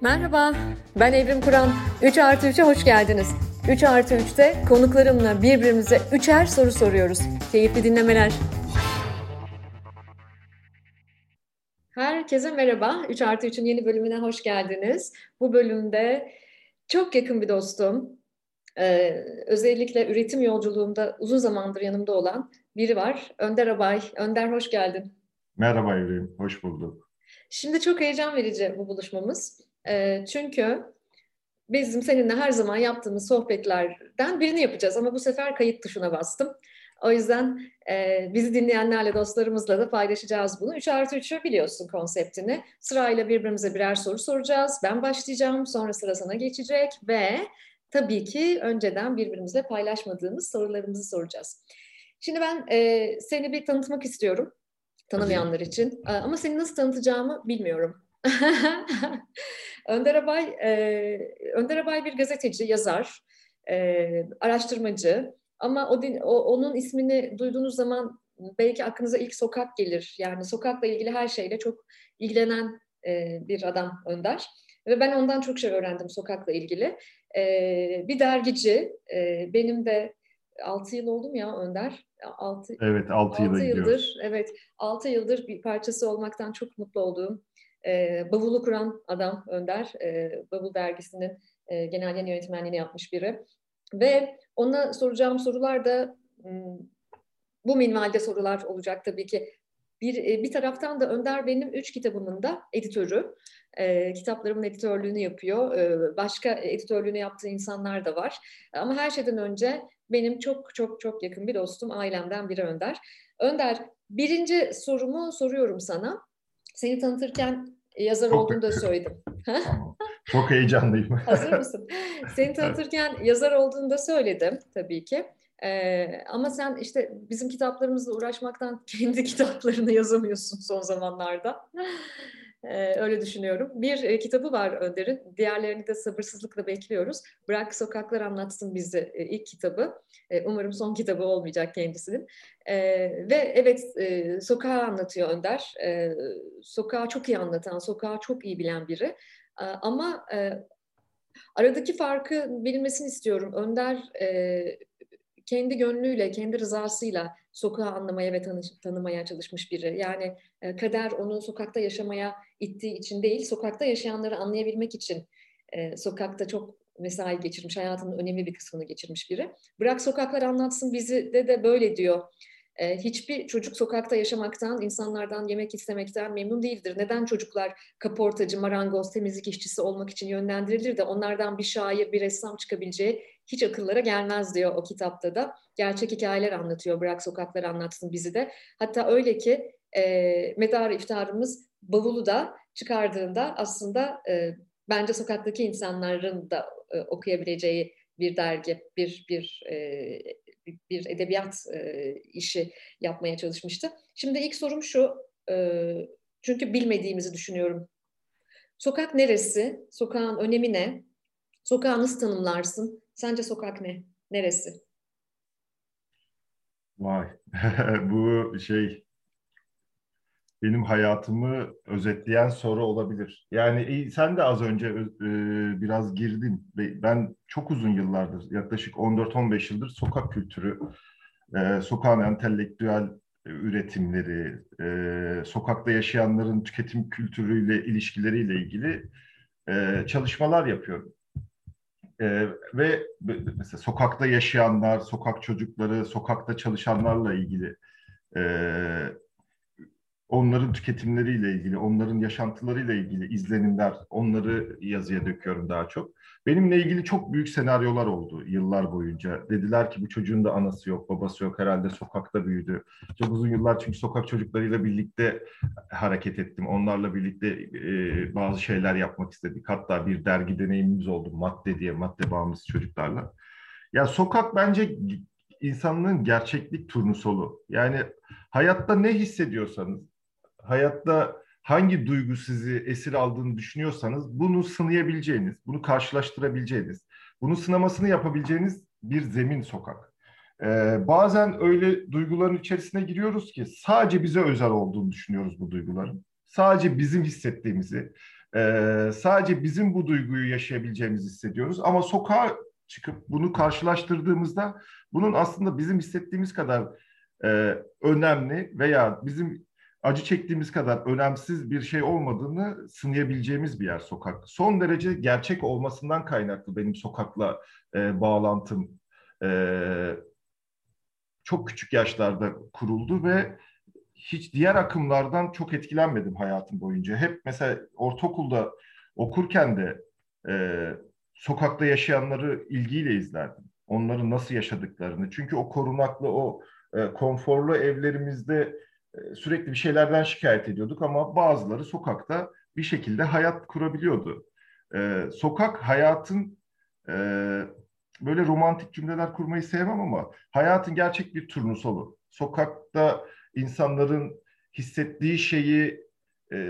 Merhaba, ben Evrim Kur'an. 3 artı 3'e hoş geldiniz. 3 artı 3'te konuklarımla birbirimize üçer soru soruyoruz. Keyifli dinlemeler. Herkese merhaba. 3 artı 3'ün yeni bölümüne hoş geldiniz. Bu bölümde çok yakın bir dostum, özellikle üretim yolculuğumda uzun zamandır yanımda olan biri var. Önder Abay. Önder, hoş geldin. Merhaba Evrim, hoş bulduk. Şimdi çok heyecan verici bu buluşmamız. Çünkü bizim seninle her zaman yaptığımız sohbetlerden birini yapacağız ama bu sefer kayıt tuşuna bastım. O yüzden bizi dinleyenlerle, dostlarımızla da paylaşacağız bunu. 3 artı 3'ü biliyorsun konseptini. Sırayla birbirimize birer soru soracağız. Ben başlayacağım, sonra sıra sana geçecek ve tabii ki önceden birbirimizle paylaşmadığımız sorularımızı soracağız. Şimdi ben seni bir tanıtmak istiyorum, Hazırım. tanımayanlar için. Ama seni nasıl tanıtacağımı bilmiyorum. Önder Abay, Önder Abay bir gazeteci, yazar, araştırmacı. Ama onun ismini duyduğunuz zaman belki aklınıza ilk sokak gelir. Yani sokakla ilgili her şeyle çok ilgilenen bir adam Önder. Ve ben ondan çok şey öğrendim sokakla ilgili. Bir dergici, benim de 6 yıl oldu mu ya Önder? Evet, 6 yıla 6 gidiyoruz. yıldır, evet, 6 yıldır bir parçası olmaktan çok mutlu olduğum, Bavulu kuran adam Önder. Bavul dergisinin genel yayın yönetmenliğini yapmış biri. Ve ona soracağım sorular da bu minvalde sorular olacak tabii ki. Bir taraftan da Önder benim 3 kitabımın da editörü. Kitaplarımın editörlüğünü yapıyor. Başka editörlüğünü yaptığı insanlar da var. Ama her şeyden önce benim çok çok çok yakın bir dostum, ailemden biri Önder. Önder, birinci sorumu soruyorum sana. Seni tanıtırken yazar Çok olduğunu da söyledim. tamam. Çok heyecanlıyım. Hazır mısın? Seni Evet. tanıtırken yazar olduğunu da söyledim tabii ki. Ama sen işte bizim kitaplarımızla uğraşmaktan kendi kitaplarını yazamıyorsun son zamanlarda. Öyle düşünüyorum. Bir kitabı var Önder'in. Diğerlerini de sabırsızlıkla bekliyoruz. Bırak Sokaklar Anlatsın Bizi, ilk kitabı. Umarım son kitabı olmayacak kendisinin. Ve evet, sokağı anlatıyor Önder. Sokağı çok iyi anlatan, sokağı çok iyi bilen biri. Ama aradaki farkı bilmesini istiyorum. Önder kendi gönlüyle, kendi rızasıyla sokağı anlamaya ve tanımaya çalışmış biri. Yani kader onu sokakta yaşamaya ittiği için değil, sokakta yaşayanları anlayabilmek için sokakta çok mesai geçirmiş, hayatının önemli bir kısmını geçirmiş biri. Bırak Sokaklar Anlatsın Bizi de böyle diyor. Hiçbir çocuk sokakta yaşamaktan, insanlardan yemek istemekten memnun değildir. Neden çocuklar kaportacı, marangoz, temizlik işçisi olmak için yönlendirilir de onlardan bir şair, bir ressam çıkabileceği hiç akıllara gelmez diyor o kitapta da. Gerçek hikayeler anlatıyor. Bırak Sokaklar Anlatsın Bizi de. Hatta öyle ki Medar iftarımız bavulu da çıkardığında aslında bence sokaktaki insanların da okuyabileceği bir dergi, bir edebiyat işi yapmaya çalışmıştı. Şimdi ilk sorum şu, çünkü bilmediğimizi düşünüyorum. Sokak neresi? Sokağın önemi ne? Sokağı nasıl tanımlarsın? Sence sokak ne? Neresi? Vay. Bu benim hayatımı özetleyen soru olabilir. Yani sen de az önce biraz girdin. Ben çok uzun yıllardır, yaklaşık 14-15 yıldır sokak kültürü, sokağın entelektüel üretimleri, sokakta yaşayanların tüketim kültürüyle ilişkileriyle ilgili çalışmalar yapıyorum. Ve mesela sokakta yaşayanlar, sokak çocukları, sokakta çalışanlarla ilgili e, onların tüketimleriyle ilgili, onların yaşantılarıyla ilgili izlenimler, onları yazıya döküyorum daha çok. Benimle ilgili çok büyük senaryolar oldu yıllar boyunca. Dediler ki bu çocuğun da anası yok, babası yok, herhalde sokakta büyüdü. Çok uzun yıllar çünkü sokak çocuklarıyla birlikte hareket ettim. Onlarla birlikte bazı şeyler yapmak istedik. Hatta bir dergi deneyimimiz oldu, Madde diye, madde bağımlısı çocuklarla. Ya sokak bence insanlığın gerçeklik turnusolu. Yani hayatta ne hissediyorsanız, hayatta hangi duygu sizi esir aldığını düşünüyorsanız bunu sınayabileceğiniz, bunu karşılaştırabileceğiniz, bunu sınamasını yapabileceğiniz bir zemin sokak. Bazen öyle duyguların içerisine giriyoruz ki sadece bize özel olduğunu düşünüyoruz bu duyguların. Sadece bizim hissettiğimizi, sadece bizim bu duyguyu yaşayabileceğimizi hissediyoruz. Ama sokağa çıkıp bunu karşılaştırdığımızda bunun aslında bizim hissettiğimiz kadar önemli veya bizim acı çektiğimiz kadar önemsiz bir şey olmadığını sınayabileceğimiz bir yer sokak. Son derece gerçek olmasından kaynaklı benim sokakla bağlantım çok küçük yaşlarda kuruldu ve hiç diğer akımlardan çok etkilenmedim hayatım boyunca. Hep mesela ortaokulda okurken de e, sokakta yaşayanları ilgiyle izlerdim. Onların nasıl yaşadıklarını. Çünkü o korunaklı, o konforlu evlerimizde sürekli bir şeylerden şikayet ediyorduk ama bazıları sokakta bir şekilde hayat kurabiliyordu. Sokak hayatın e, böyle romantik cümleler kurmayı sevmem ama hayatın gerçek bir turnusolu. Sokakta insanların hissettiği şeyi e,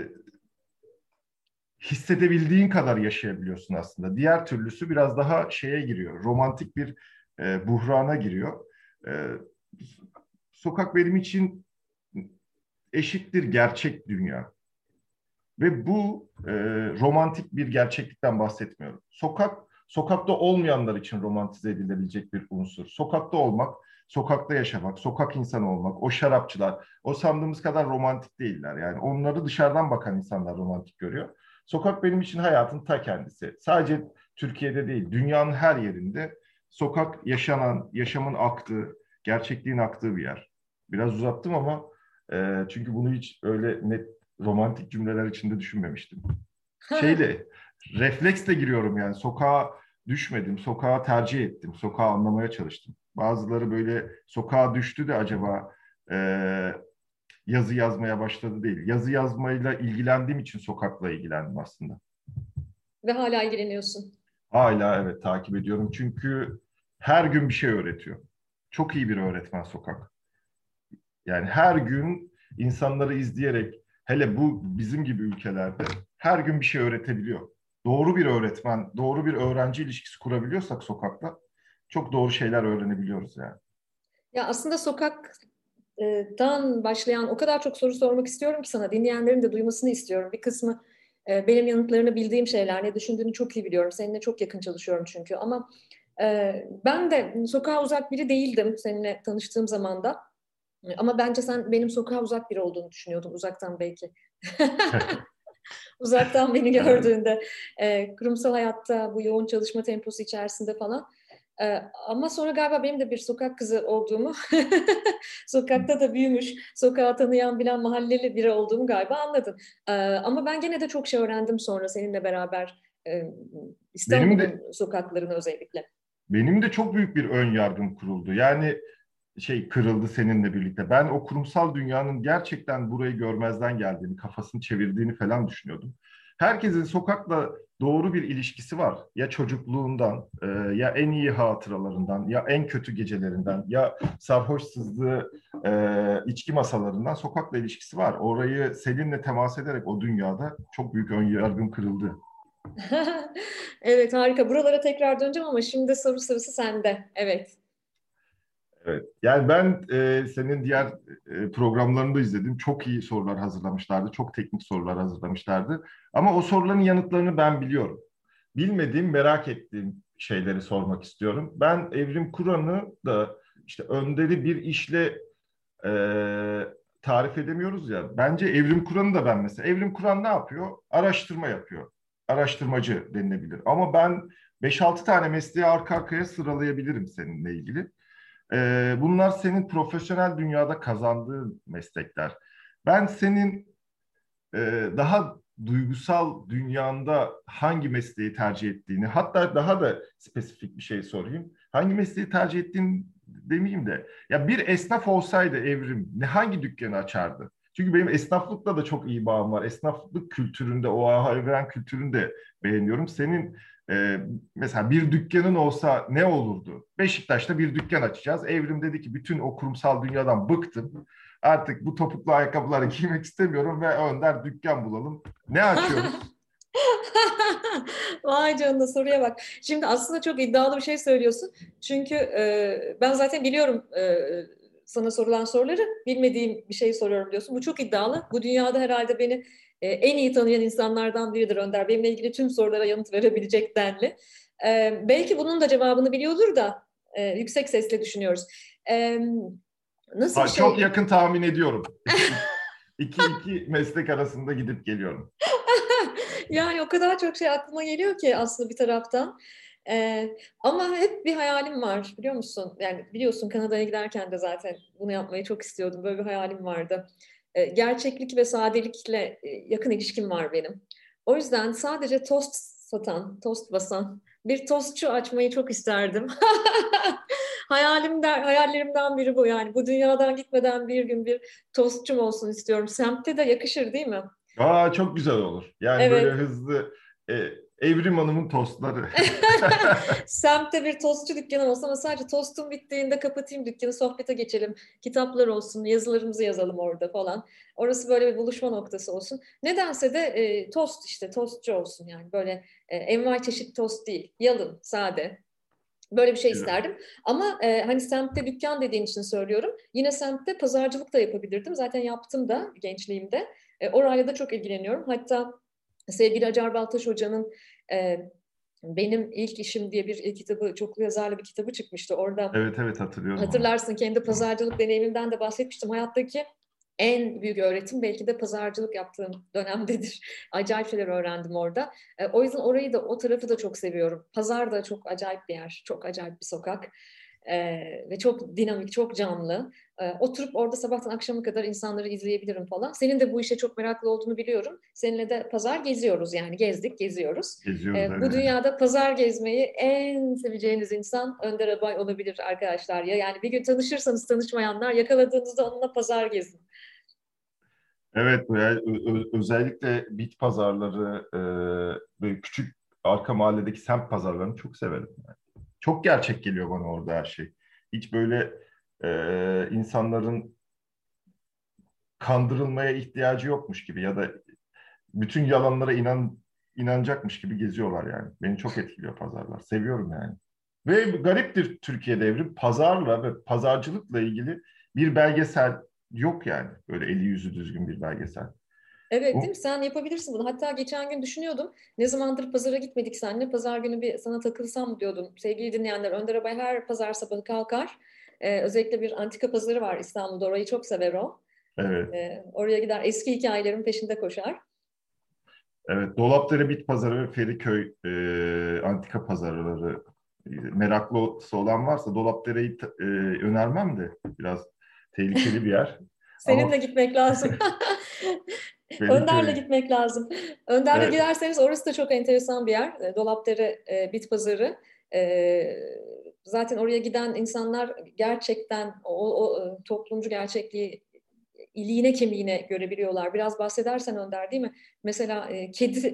hissedebildiğin kadar yaşayabiliyorsun aslında. Diğer türlüsü biraz daha şeye giriyor. Romantik bir buhrana giriyor. E, Sokak benim için eşittir gerçek dünya. Ve bu romantik bir gerçeklikten bahsetmiyorum. Sokakta olmayanlar için romantize edilebilecek bir unsur. Sokakta olmak, sokakta yaşamak, sokak insanı olmak, o şarapçılar, o sandığımız kadar romantik değiller. Yani onları dışarıdan bakan insanlar romantik görüyor. Sokak benim için hayatın ta kendisi. Sadece Türkiye'de değil, dünyanın her yerinde sokak yaşanan, yaşamın aktığı, gerçekliğin aktığı bir yer. Biraz uzattım ama çünkü bunu hiç öyle net romantik cümleler içinde düşünmemiştim. Şeyle, refleksle giriyorum yani. Sokağa düşmedim, sokağa tercih ettim, sokağı anlamaya çalıştım. Bazıları böyle sokağa düştü de acaba e, yazı yazmaya başladı değil. Yazı yazmayla ilgilendiğim için sokakla ilgilendim aslında. Ve hala ilgileniyorsun. Hala evet takip ediyorum çünkü her gün bir şey öğretiyor. Çok iyi bir öğretmen sokak. Yani her gün insanları izleyerek, hele bu bizim gibi ülkelerde her gün bir şey öğretebiliyor. Doğru bir öğretmen, doğru bir öğrenci ilişkisi kurabiliyorsak sokakta çok doğru şeyler öğrenebiliyoruz yani. Ya aslında sokaktan başlayan o kadar çok soru sormak istiyorum ki sana, dinleyenlerin de duymasını istiyorum. Bir kısmı benim yanıtlarını bildiğim şeyler, ne düşündüğünü çok iyi biliyorum. Seninle çok yakın çalışıyorum çünkü. Ama ben de sokağa uzak biri değildim seninle tanıştığım zaman da. Ama bence sen benim sokağa uzak biri olduğunu düşünüyordun uzaktan belki. Uzaktan beni Yani gördüğünde kurumsal hayatta bu yoğun çalışma temposu içerisinde falan. Ama sonra galiba benim de bir sokak kızı olduğumu, sokakta da büyümüş, sokağı tanıyan bilen mahalleli biri olduğumu galiba anladın. Ama ben gene de çok şey öğrendim sonra seninle beraber benim de İstanbul'un sokaklarını özellikle. benim de çok büyük bir ön yargım kuruldu. Yani kırıldı seninle birlikte. Ben o kurumsal dünyanın gerçekten burayı görmezden geldiğini, kafasını çevirdiğini falan düşünüyordum. Herkesin sokakla doğru bir ilişkisi var. Ya çocukluğundan, ya en iyi hatıralarından, ya en kötü gecelerinden, ya sarhoş sızdığı içki masalarından sokakla ilişkisi var. Orayı seninle temas ederek o dünyada çok büyük ön yargım kırıldı. Evet, harika. Buralara tekrar döneceğim ama şimdi soru sırası sende. Evet. Evet. Yani ben senin diğer programlarını da izledim. Çok iyi sorular hazırlamışlardı. Çok teknik sorular hazırlamışlardı. Ama o soruların yanıtlarını ben biliyorum. Bilmediğim, merak ettiğim şeyleri sormak istiyorum. Ben Evrim Kur'an'ı da işte önderi bir işle e, tarif edemiyoruz ya. Bence Evrim Kur'an'ı da ben mesela. Evrim Kur'an ne yapıyor? Araştırma yapıyor. Araştırmacı denilebilir. Ama ben 5-6 tane mesleği arka arkaya sıralayabilirim seninle ilgili. Bunlar senin profesyonel dünyada kazandığın meslekler. Ben senin daha duygusal dünyanda hangi mesleği tercih ettiğini, hatta daha da spesifik bir şey sorayım. Hangi mesleği tercih ettiğini demeyeyim de, ya bir esnaf olsaydı Evrim, hangi dükkanı açardı? Çünkü benim esnaflıkla da çok iyi bağım var. Esnaflık kültüründe, o hayvan kültürünü de beğeniyorum. Senin mesela bir dükkanın olsa ne olurdu? Beşiktaş'ta bir dükkan açacağız. Evrim dedi ki bütün o kurumsal dünyadan bıktım. Artık bu topuklu ayakkabıları giymek istemiyorum ve Önder dükkan bulalım. Ne açıyoruz? Vay canına, soruya bak. Şimdi aslında çok iddialı bir şey söylüyorsun. Çünkü ben zaten biliyorum sana sorulan soruları bilmediğim bir şey soruyorum diyorsun. Bu çok iddialı. Bu dünyada herhalde beni en iyi tanıyan insanlardan biridir Önder. Benimle ilgili tüm sorulara yanıt verebilecek denli. Belki bunun da cevabını biliyordur da yüksek sesle düşünüyoruz. Nasıl bir Çok şey? yakın tahmin ediyorum. İki meslek arasında gidip geliyorum. Yani o kadar çok şey aklıma geliyor ki aslında bir taraftan. Ama hep bir hayalim var biliyor musun? Yani biliyorsun Kanada'ya giderken de zaten bunu yapmayı çok istiyordum. Böyle bir hayalim vardı. Gerçeklik ve sadelikle yakın ilişkim var benim. O yüzden sadece tost satan, tost basan bir tostçu açmayı çok isterdim. Hayallerimden biri bu yani. Bu dünyadan gitmeden bir gün bir tostçum olsun istiyorum. Semtte de yakışır değil mi? Çok güzel olur. Yani böyle Evet. hızlı e, Evrim Hanım'ın tostları. Semtte bir tostçu dükkanı olsa ama sadece tostum bittiğinde kapatayım dükkanı, sohbete geçelim. Kitaplar olsun, yazılarımızı yazalım orada falan. Orası böyle bir buluşma noktası olsun. Nedense de tost işte, tostçu olsun yani. Böyle envai çeşit tost değil, yalın, sade. Böyle bir şey Güzel. isterdim. Ama hani semtte dükkan dediğin için söylüyorum. Yine semtte pazarcılık da yapabilirdim. Zaten yaptım da gençliğimde. Orayla da çok ilgileniyorum. Hatta sevgili Acar Baltaş Hoca'nın e, benim ilk işim diye bir kitabı, çoklu yazarlı bir kitabı çıkmıştı. Orada Evet, evet, hatırlıyorum onu. hatırlarsın kendi pazarcılık deneyimimden de bahsetmiştim. Hayattaki en büyük öğretim belki de pazarcılık yaptığım dönemdedir. Acayip şeyler öğrendim orada. O yüzden orayı da, o tarafı da çok seviyorum. Pazar da çok acayip bir yer, çok acayip bir sokak. Ve çok dinamik, çok canlı. Oturup orada sabahtan akşama kadar insanları izleyebilirim falan. Senin de bu işe çok meraklı olduğunu biliyorum. Seninle de pazar geziyoruz yani. Gezdik, geziyoruz. Geziyoruz, Bu evet. dünyada pazar gezmeyi en seveceğiniz insan Önder Abay olabilir arkadaşlar. Ya yani bir gün tanışırsanız, tanışmayanlar yakaladığınızda onunla pazar gezin. Evet, özellikle bit pazarları, böyle küçük arka mahalledeki semt pazarlarını çok severim. Çok gerçek geliyor bana orada her şey. Hiç böyle insanların kandırılmaya ihtiyacı yokmuş gibi ya da bütün yalanlara inanacakmış gibi geziyorlar yani. Beni çok etkiliyor pazarlar. Seviyorum yani. Ve gariptir Türkiye'de Evrim. Pazarla ve pazarcılıkla ilgili bir belgesel yok yani. Böyle eli yüzü düzgün bir belgesel. Evet değil mi? Bu, Sen yapabilirsin bunu. Hatta geçen gün düşünüyordum. Ne zamandır pazara gitmedik seninle. Pazar günü bir sana takılsam mı diyordum. Sevgili dinleyenler, Önder Abay her pazar sabahı kalkar. Özellikle bir antika pazarı var İstanbul'da. Orayı çok sever o. evet. Oraya gider. Eski hikayelerin peşinde koşar. Evet. Dolapdere Bit Pazarı ve Feriköy antika pazarları meraklısı olan varsa Dolapdere'yi önermem de biraz tehlikeli bir yer. Ama Seninle gitmek lazım. Önder'le Feriköy, gitmek lazım. Önder'le evet, giderseniz orası da çok enteresan bir yer. Dolapdere Bit Pazarı. E, Zaten oraya giden insanlar gerçekten o toplumcu gerçekliği iliğine kemiğine görebiliyorlar. Biraz bahsedersen Önder değil mi? Mesela kedi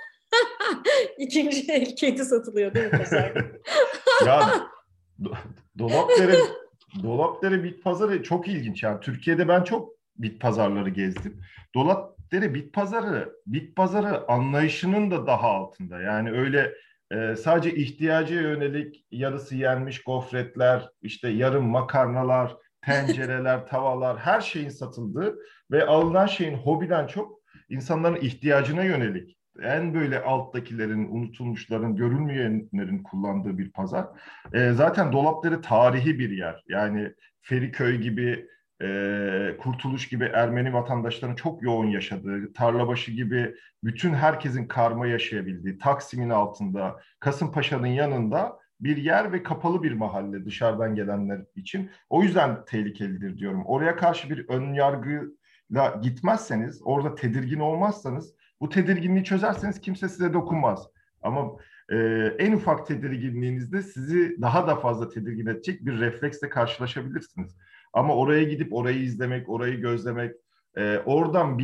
ikinci el kedi satılıyor değil mi pazarda? ya Do- Dolapdere Dolapdere Bit Pazarı çok ilginç. Yani Türkiye'de ben çok bit pazarları gezdim. Dolapdere Bit Pazarı anlayışının da daha altında. Yani öyle sadece ihtiyaca yönelik yarısı yenmiş gofretler, işte yarım makarnalar, tencereler, tavalar her şeyin satıldığı ve alınan şeyin hobiden çok insanların ihtiyacına yönelik en böyle alttakilerin, unutulmuşların, görülmeyenlerin kullandığı bir pazar. Zaten Dolapdere tarihi bir yer. Yani Feriköy gibi, Kurtuluş gibi Ermeni vatandaşların çok yoğun yaşadığı, Tarlabaşı gibi bütün herkesin karma yaşayabildiği, Taksim'in altında, Kasımpaşa'nın yanında bir yer ve kapalı bir mahalle dışarıdan gelenler için. O yüzden tehlikelidir diyorum. Oraya karşı bir ön yargıyla gitmezseniz, orada tedirgin olmazsanız, bu tedirginliği çözerseniz kimse size dokunmaz. Ama e, en ufak tedirginliğinizde sizi daha da fazla tedirgin edecek bir refleksle karşılaşabilirsiniz. Ama oraya gidip orayı izlemek, orayı gözlemek, oradan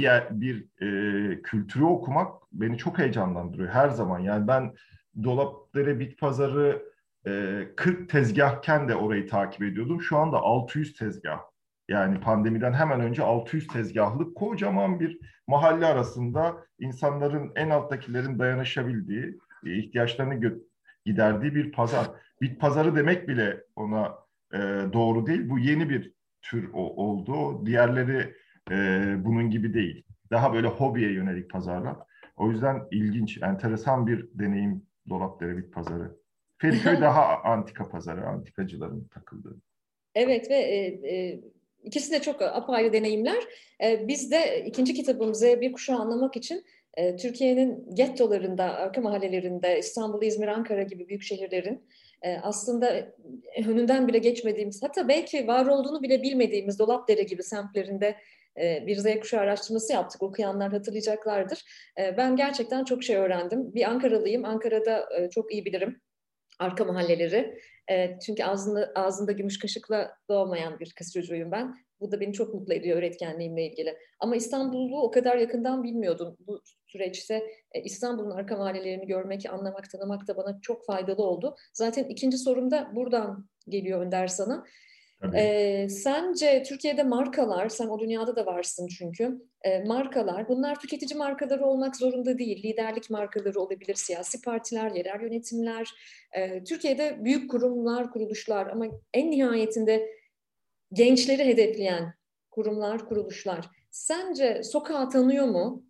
kültürü okumak beni çok heyecanlandırıyor her zaman. Yani ben Dolapdere Bit Pazarı 40 tezgahken de orayı takip ediyordum. Şu anda 600 tezgah. Yani pandemiden hemen önce 600 tezgahlık kocaman bir mahalle arasında insanların en alttakilerin dayanışabildiği, ihtiyaçlarını giderdiği bir pazar. Bit pazarı demek bile ona e, doğru değil. Bu yeni bir tür oldu. Diğerleri bunun gibi değil. Daha böyle hobiye yönelik pazarlar. O yüzden ilginç, enteresan bir deneyim Dolapdere Bit Pazarı. Feriköy daha antika pazarı, antikacıların takıldığı. Evet ve ikisi de çok apayrı deneyimler. Biz de ikinci kitabımızı Bir Kuşağı Anlamak için Türkiye'nin gettolarında, arka mahallelerinde, İstanbul, İzmir, Ankara gibi büyük şehirlerin aslında önünden bile geçmediğimiz, hatta belki var olduğunu bile bilmediğimiz Dolapdere gibi semtlerinde bir Z kuşağı araştırması yaptık. Okuyanlar hatırlayacaklardır. Ben gerçekten çok şey öğrendim. Bir Ankaralıyım. Ankara'da çok iyi bilirim arka mahalleleri. Çünkü ağzında gümüş kaşıkla doğmayan bir kız çocuğuyum ben. Bu da beni çok mutlu ediyor öğretmenliğimle ilgili. Ama İstanbul'u o kadar yakından bilmiyordum. Bu süreçte İstanbul'un arka mahallelerini görmek, anlamak, tanımak da bana çok faydalı oldu. Zaten ikinci sorum da buradan geliyor Önder sana. Tabii. Sence Türkiye'de markalar, sen o dünyada da varsın çünkü, markalar, bunlar tüketici markaları olmak zorunda değil. Liderlik markaları olabilir, siyasi partiler, yerel yönetimler. Türkiye'de büyük kurumlar, kuruluşlar ama en nihayetinde gençleri hedefleyen kurumlar, kuruluşlar. Sence sokağı tanıyor mu?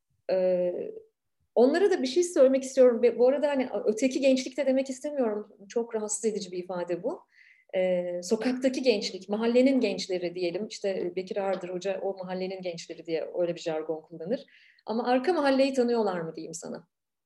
Onlara da bir şey söylemek istiyorum. Bu arada hani öteki gençlik de demek istemiyorum. Çok rahatsız edici bir ifade bu. Sokaktaki gençlik, mahallenin gençleri diyelim. İşte Bekir Ardır Hoca o mahallenin gençleri diye öyle bir jargon kullanır. Ama arka mahalleyi tanıyorlar mı diyeyim sana?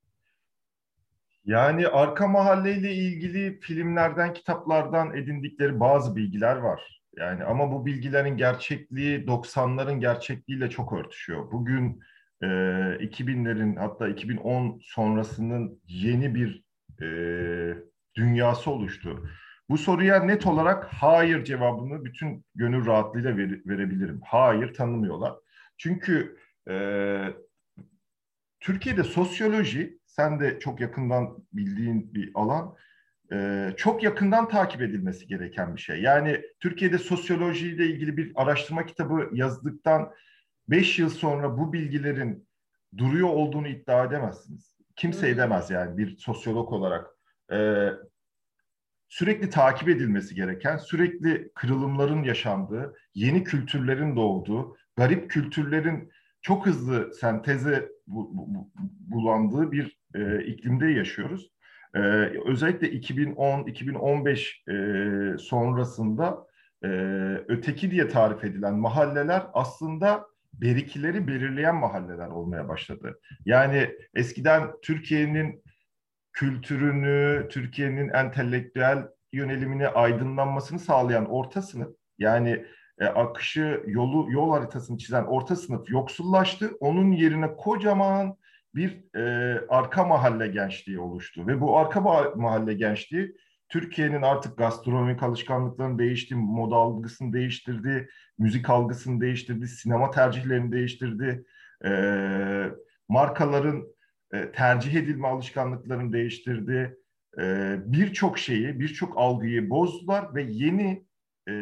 Yani arka mahalleyle ilgili filmlerden, kitaplardan edindikleri bazı bilgiler var. Yani ama bu bilgilerin gerçekliği 90'ların gerçekliğiyle çok örtüşüyor. Bugün 2000'lerin hatta 2010 sonrasının yeni bir dünyası oluştu. Bu soruya net olarak hayır cevabını bütün gönül rahatlığıyla verebilirim. Hayır, tanımıyorlar. Çünkü e, Türkiye'de sosyoloji, sen de çok yakından bildiğin bir alan, çok yakından takip edilmesi gereken bir şey. Yani Türkiye'de sosyolojiyle ilgili bir araştırma kitabı yazdıktan 5 yıl sonra bu bilgilerin duruyor olduğunu iddia edemezsiniz. Kimse Hmm. edemez yani bir sosyolog olarak. E, Sürekli takip edilmesi gereken, sürekli kırılımların yaşandığı, yeni kültürlerin doğduğu, garip kültürlerin çok hızlı senteze bulandığı bir iklimde yaşıyoruz. E, Özellikle 2010-2015 sonrasında e, öteki diye tarif edilen mahalleler aslında berikileri belirleyen mahalleler olmaya başladı. Yani eskiden Türkiye'nin kültürünü, Türkiye'nin entelektüel yönelimini, aydınlanmasını sağlayan orta sınıf, yani akışı, yol haritasını çizen orta sınıf yoksullaştı. Onun yerine kocaman bir arka mahalle gençliği oluştu. Ve bu arka mahalle gençliği Türkiye'nin artık gastronomik alışkanlıklarını değişti, moda algısını değiştirdi, müzik algısını değiştirdi, sinema tercihlerini değiştirdi. E, Markaların tercih edilme alışkanlıklarını değiştirdi. Birçok şeyi, birçok algıyı bozdular ve yeni e,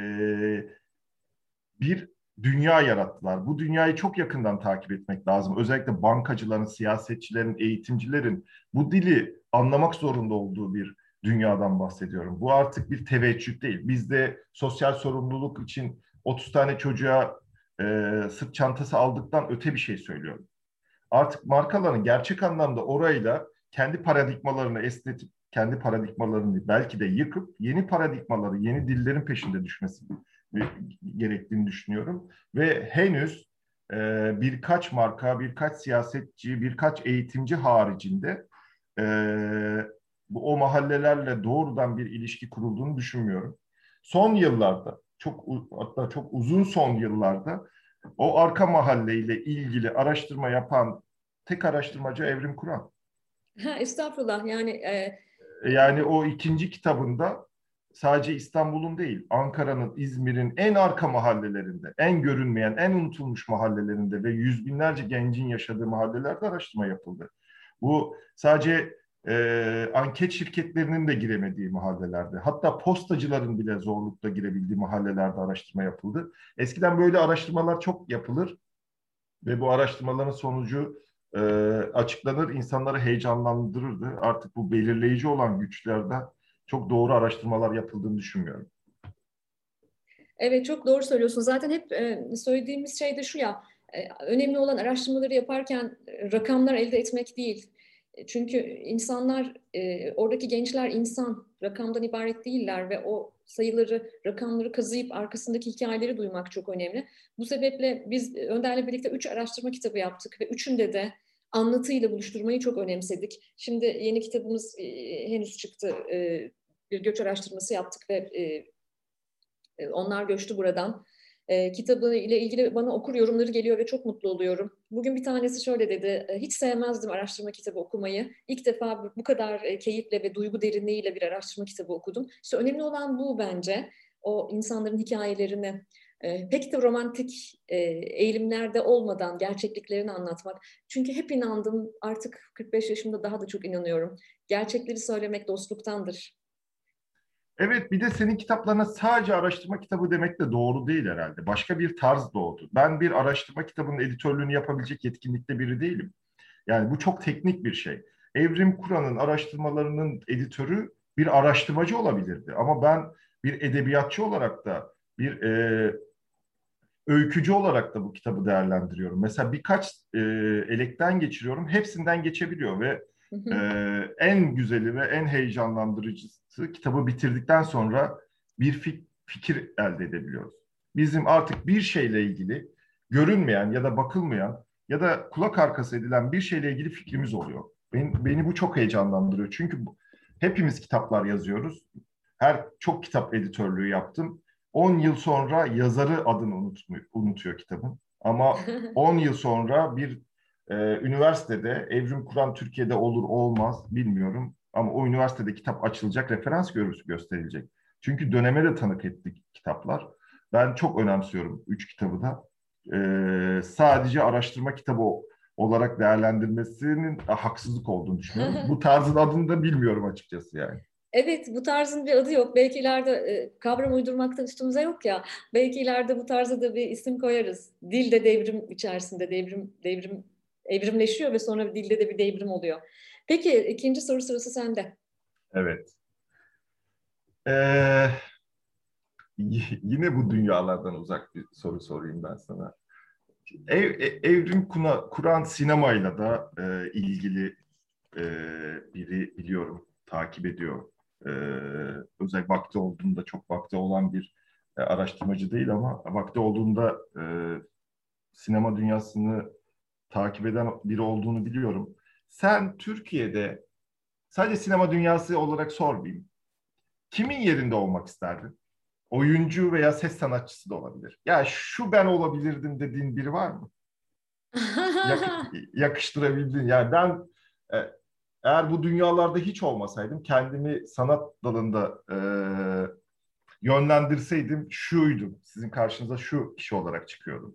bir dünya yarattılar. Bu dünyayı çok yakından takip etmek lazım. Özellikle bankacıların, siyasetçilerin, eğitimcilerin bu dili anlamak zorunda olduğu bir dünyadan bahsediyorum. Bu artık bir teveccüh değil. Bizde sosyal sorumluluk için 30 tane çocuğa sırt çantası aldıktan öte bir şey söylüyorum. Artık markaların gerçek anlamda orayla kendi paradigmalarını esnetip, kendi paradigmalarını belki de yıkıp yeni paradigmaları, yeni dillerin peşinde düşmesi gerektiğini düşünüyorum. Ve henüz birkaç marka, birkaç siyasetçi, birkaç eğitimci haricinde e, o mahallelerle doğrudan bir ilişki kurulduğunu düşünmüyorum. Son yıllarda, hatta çok uzun son yıllarda o arka mahalleyle ilgili araştırma yapan tek araştırmacı Evrim Kur'an. Ha, estağfurullah yani Yani o ikinci kitabında sadece İstanbul'un değil, Ankara'nın, İzmir'in en arka mahallelerinde, en görünmeyen, en unutulmuş mahallelerinde ve yüz binlerce gencin yaşadığı mahallelerde araştırma yapıldı. Bu sadece anket şirketlerinin de giremediği mahallelerde, hatta postacıların bile zorlukla girebildiği mahallelerde araştırma yapıldı. Eskiden böyle araştırmalar çok yapılır ve bu araştırmaların sonucu e, açıklanır, insanları heyecanlandırırdı. Artık bu belirleyici olan güçlerde çok doğru araştırmalar yapıldığını düşünmüyorum. Evet, çok doğru söylüyorsun. Zaten hep söylediğimiz şey de şu ya, önemli olan araştırmaları yaparken rakamlar elde etmek değil. Çünkü insanlar, oradaki gençler insan, rakamdan ibaret değiller ve o sayıları, rakamları kazıyıp arkasındaki hikayeleri duymak çok önemli. Bu sebeple biz Önder'le birlikte 3 araştırma kitabı yaptık ve üçünde de anlatıyla buluşturmayı çok önemsedik. Şimdi yeni kitabımız henüz çıktı. Bir göç araştırması yaptık ve onlar göçtü buradan. Kitabı ile ilgili bana okur yorumları geliyor ve çok mutlu oluyorum. Bugün bir tanesi şöyle dedi: hiç sevmezdim araştırma kitabı okumayı. İlk defa bu kadar keyifle ve duygu derinliğiyle bir araştırma kitabı okudum. İşte önemli olan bu bence. O insanların hikayelerini pek de romantik eğilimlerde olmadan gerçekliklerini anlatmak. Çünkü hep inandım, artık 45 yaşımda daha da çok inanıyorum. Gerçekleri söylemek dostluktandır. Evet, bir de senin kitaplarına sadece araştırma kitabı demek de doğru değil herhalde. Başka bir tarz doğdu. Ben bir araştırma kitabının editörlüğünü yapabilecek yetkinlikte biri değilim. Yani bu çok teknik bir şey. Evrim Kur'an'ın araştırmalarının editörü bir araştırmacı olabilirdi. Ama ben bir edebiyatçı olarak da bir öykücü olarak da bu kitabı değerlendiriyorum. Mesela birkaç elekten geçiriyorum, hepsinden geçebiliyor ve en güzeli ve en heyecanlandırıcısı kitabı bitirdikten sonra bir fikir elde edebiliyoruz. Bizim artık bir şeyle ilgili görünmeyen ya da bakılmayan ya da kulak arkası edilen bir şeyle ilgili fikrimiz oluyor. Beni bu çok heyecanlandırıyor. Çünkü hepimiz kitaplar yazıyoruz. Çok kitap editörlüğü yaptım. 10 yıl sonra yazarı adını unutuyor kitabın. Ama 10 yıl sonra bir üniversitede, Evrim Kur'an Türkiye'de olur olmaz bilmiyorum. Ama o üniversitede kitap açılacak, referans görüntüsü gösterilecek. Çünkü döneme de tanık ettik kitaplar. Ben çok önemsiyorum 3 kitabı da. Sadece araştırma kitabı olarak değerlendirmesinin haksızlık olduğunu düşünüyorum. Bu tarzın adını da bilmiyorum açıkçası yani. Evet, bu tarzın bir adı yok. Belki ileride kavram uydurmakta üstümüze yok ya. Belki ileride bu tarza da bir isim koyarız. Dil de devrim içerisinde, evrimleşiyor ve sonra dilde de bir devrim oluyor. Peki, ikinci soru sırası sende. Evet. Yine bu dünyalardan uzak bir soru sorayım ben sana. Evrim Kur'an sinemayla da ilgili e, biri biliyorum, takip ediyor. E, Özel vakti olduğunda çok vakti olan bir araştırmacı değil ama vakti olduğunda sinema dünyasını takip eden biri olduğunu biliyorum. Sen Türkiye'de sadece sinema dünyası olarak sormayayım. Kimin yerinde olmak isterdin? Oyuncu veya ses sanatçısı da olabilir. Ya şu ben olabilirdim dediğin biri var mı? Yakıştırabildiğin. Yani ben e, eğer bu dünyalarda hiç olmasaydım kendimi sanat dalında yönlendirseydim şuydum. Sizin karşınıza şu kişi olarak çıkıyordum.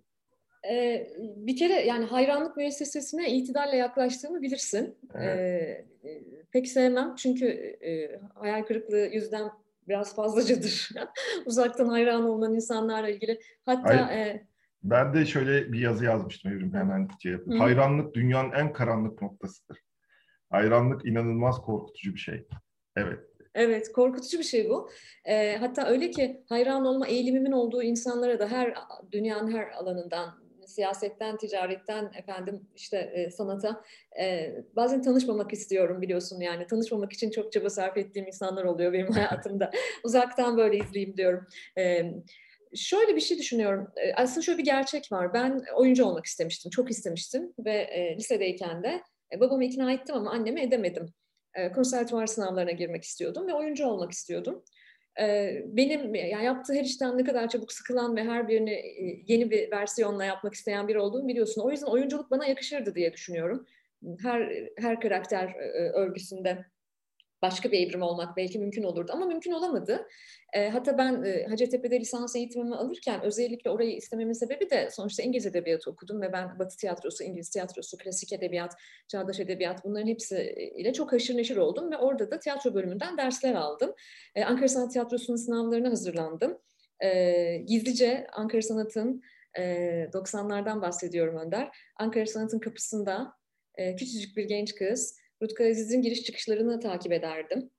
Bir kere yani hayranlık müessesesine itidarla yaklaştığımı bilirsin. Evet. Pek sevmem çünkü hayal kırıklığı yüzden biraz fazlacadır. Uzaktan hayran olunan insanlarla ilgili. Hatta Ay, ben de şöyle bir yazı yazmıştım Evrim, hemen şey yapayım. hı hı. Hayranlık dünyanın en karanlık noktasıdır. Hayranlık inanılmaz korkutucu bir şey. Evet. Evet, korkutucu bir şey bu. Hatta öyle ki hayran olma eğilimimin olduğu insanlara da dünyanın her alanından, siyasetten, ticaretten, efendim işte sanata bazen tanışmamak istiyorum, biliyorsun yani. Tanışmamak için çok çaba sarf ettiğim insanlar oluyor benim hayatımda. Uzaktan böyle izleyeyim diyorum. E, Şöyle bir şey düşünüyorum. Aslında şöyle bir gerçek var. Ben oyuncu olmak istemiştim, çok istemiştim ve lisedeyken de babamı ikna ettim ama annemi edemedim. Konservatuvar sınavlarına girmek istiyordum ve oyuncu olmak istiyordum. Benim yani yaptığı her işten ne kadar çabuk sıkılan ve her birini yeni bir versiyonla yapmak isteyen biri olduğumu biliyorsun. O yüzden oyunculuk bana yakışırdı diye düşünüyorum. Her karakter örgüsünde başka bir evrim olmak belki mümkün olurdu ama mümkün olamadı. Hatta ben Hacettepe'de lisans eğitimimi alırken özellikle orayı istememin sebebi de sonuçta İngiliz edebiyatı okudum ve ben Batı tiyatrosu, İngiliz tiyatrosu, klasik edebiyat, çağdaş edebiyat bunların hepsi ile çok haşır neşir oldum ve orada da tiyatro bölümünden dersler aldım. Ankara Sanat Tiyatrosu'nun sınavlarına hazırlandım. Gizlice Ankara Sanat'ın 90'lardan bahsediyorum Önder. Ankara Sanat'ın kapısında küçücük bir genç kız Rutkay Aziz'in giriş çıkışlarını takip ederdim.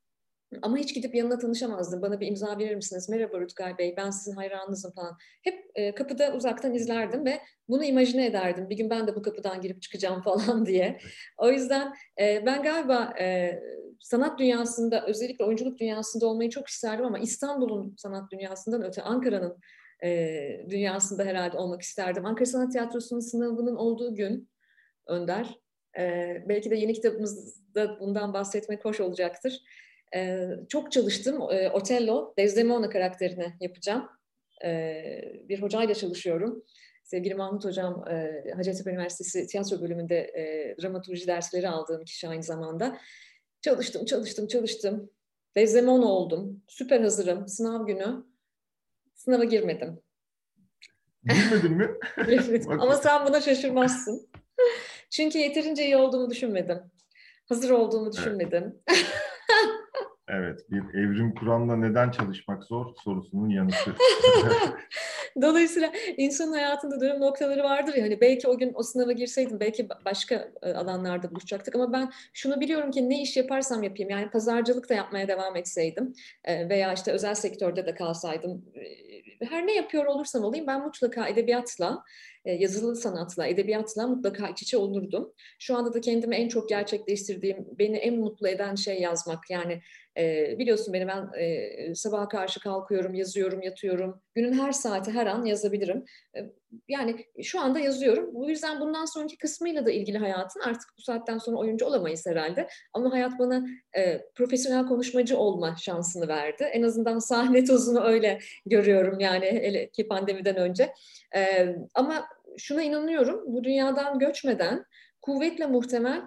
Ama hiç gidip yanına tanışamazdım. Bana bir imza verir misiniz? Merhaba Rutkay Bey, ben sizin hayranınızım falan. Hep kapıda uzaktan izlerdim ve bunu imajine ederdim. Bir gün ben de bu kapıdan girip çıkacağım falan diye. O yüzden ben galiba sanat dünyasında, özellikle oyunculuk dünyasında olmayı çok isterdim ama İstanbul'un sanat dünyasından öte Ankara'nın dünyasında herhalde olmak isterdim. Ankara Sanat Tiyatrosu'nun sınavının olduğu gün Önder, belki de yeni kitabımızda bundan bahsetmek hoş olacaktır. Çok çalıştım. Otello, Desdemona karakterini yapacağım. Bir hocayla çalışıyorum. Sevgili Mahmut Hocam, Hacettepe Üniversitesi Tiyatro Bölümünde dramaturji dersleri aldığım kişi aynı zamanda. Çalıştım. Desdemona oldum. Süper hazırım. Sınav günü. Sınava girmedim. Girmedin mi? Girmedim. Bak, Ama sen buna şaşırmazsın. Çünkü yeterince iyi olduğumu düşünmedim. Hazır olduğumu evet. düşünmedim. Evet, bir evrim kuramla neden çalışmak zor sorusunun yanıtı. Dolayısıyla insanın hayatında dönüm noktaları vardır ya, hani belki o gün o sınava girseydim belki başka alanlarda buluşacaktık ama ben şunu biliyorum ki ne iş yaparsam yapayım, yani pazarcılık da yapmaya devam etseydim veya işte özel sektörde de kalsaydım, her ne yapıyor olursam olayım ben mutlaka edebiyatla, yazılı sanatla, edebiyatla mutlaka iç içe olurdum. Şu anda da kendimi en çok gerçekleştirdiğim, beni en mutlu eden şey yazmak. Yani biliyorsun beni, ben sabaha karşı kalkıyorum, yazıyorum, yatıyorum. Günün her saati, her an yazabilirim. Yani şu anda yazıyorum. Bu yüzden bundan sonraki kısmıyla da ilgili hayatın, artık bu saatten sonra oyuncu olamayız herhalde. Ama hayat bana profesyonel konuşmacı olma şansını verdi. En azından sahne tozunu öyle görüyorum yani, hele ki pandemiden önce. Ama şuna inanıyorum, bu dünyadan göçmeden kuvvetle muhtemel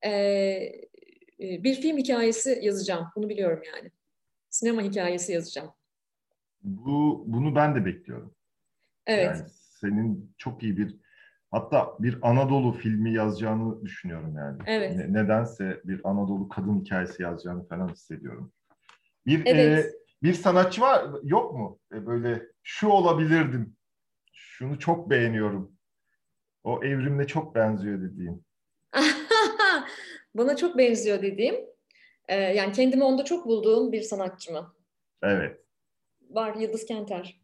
bir film hikayesi yazacağım. Bunu biliyorum yani. Sinema hikayesi yazacağım. Bunu ben de bekliyorum. Evet, Yani senin çok iyi hatta bir Anadolu filmi yazacağını düşünüyorum yani. evet, Nedense bir Anadolu kadın hikayesi yazacağını falan hissediyorum. Bir evet. bir sanatçı yok mu? Böyle şu olabilirdim. Şunu çok beğeniyorum. O evrimle çok benziyor dediğin. Bana çok benziyor dediğim, yani kendimi onda çok bulduğum bir sanatçı mı? Evet. Var, Yıldız Kenter.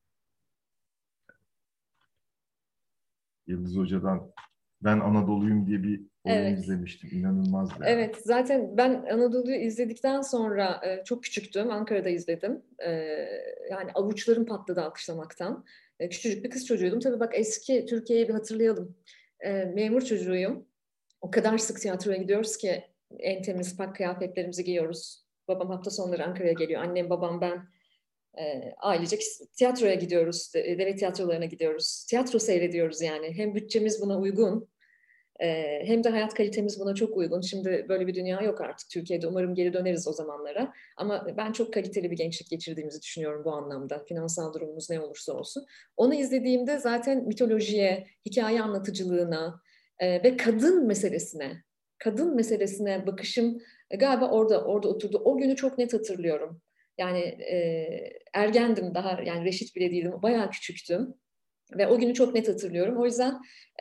Yıldız Hoca'dan Ben Anadolu'yum diye bir oyun Evet. izlemiştim. İnanılmazdı ya. Evet, zaten ben Anadolu'yu izledikten sonra çok küçüktüm. Ankara'da izledim. Yani avuçlarım patladı alkışlamaktan. Küçücük bir kız çocuğuydum. Tabii bak, eski Türkiye'yi bir hatırlayalım. Memur çocuğuyum. O kadar sık tiyatroya gidiyoruz ki en temiz pak kıyafetlerimizi giyiyoruz. Babam hafta sonları Ankara'ya geliyor. Annem, babam, ben ailecek tiyatroya gidiyoruz. Devlet tiyatrolarına gidiyoruz. Tiyatro seyrediyoruz yani. Hem bütçemiz buna uygun, hem de hayat kalitemiz buna çok uygun. Şimdi böyle bir dünya yok artık Türkiye'de. Umarım geri döneriz o zamanlara. Ama ben çok kaliteli bir gençlik geçirdiğimizi düşünüyorum bu anlamda. Finansal durumumuz ne olursa olsun. Onu izlediğimde zaten mitolojiye, hikaye anlatıcılığına ve kadın meselesine bakışım galiba orada oturdu. O günü çok net hatırlıyorum. Yani ergendim daha, yani reşit bile değildim. Bayağı küçüktüm. Ve o günü çok net hatırlıyorum. O yüzden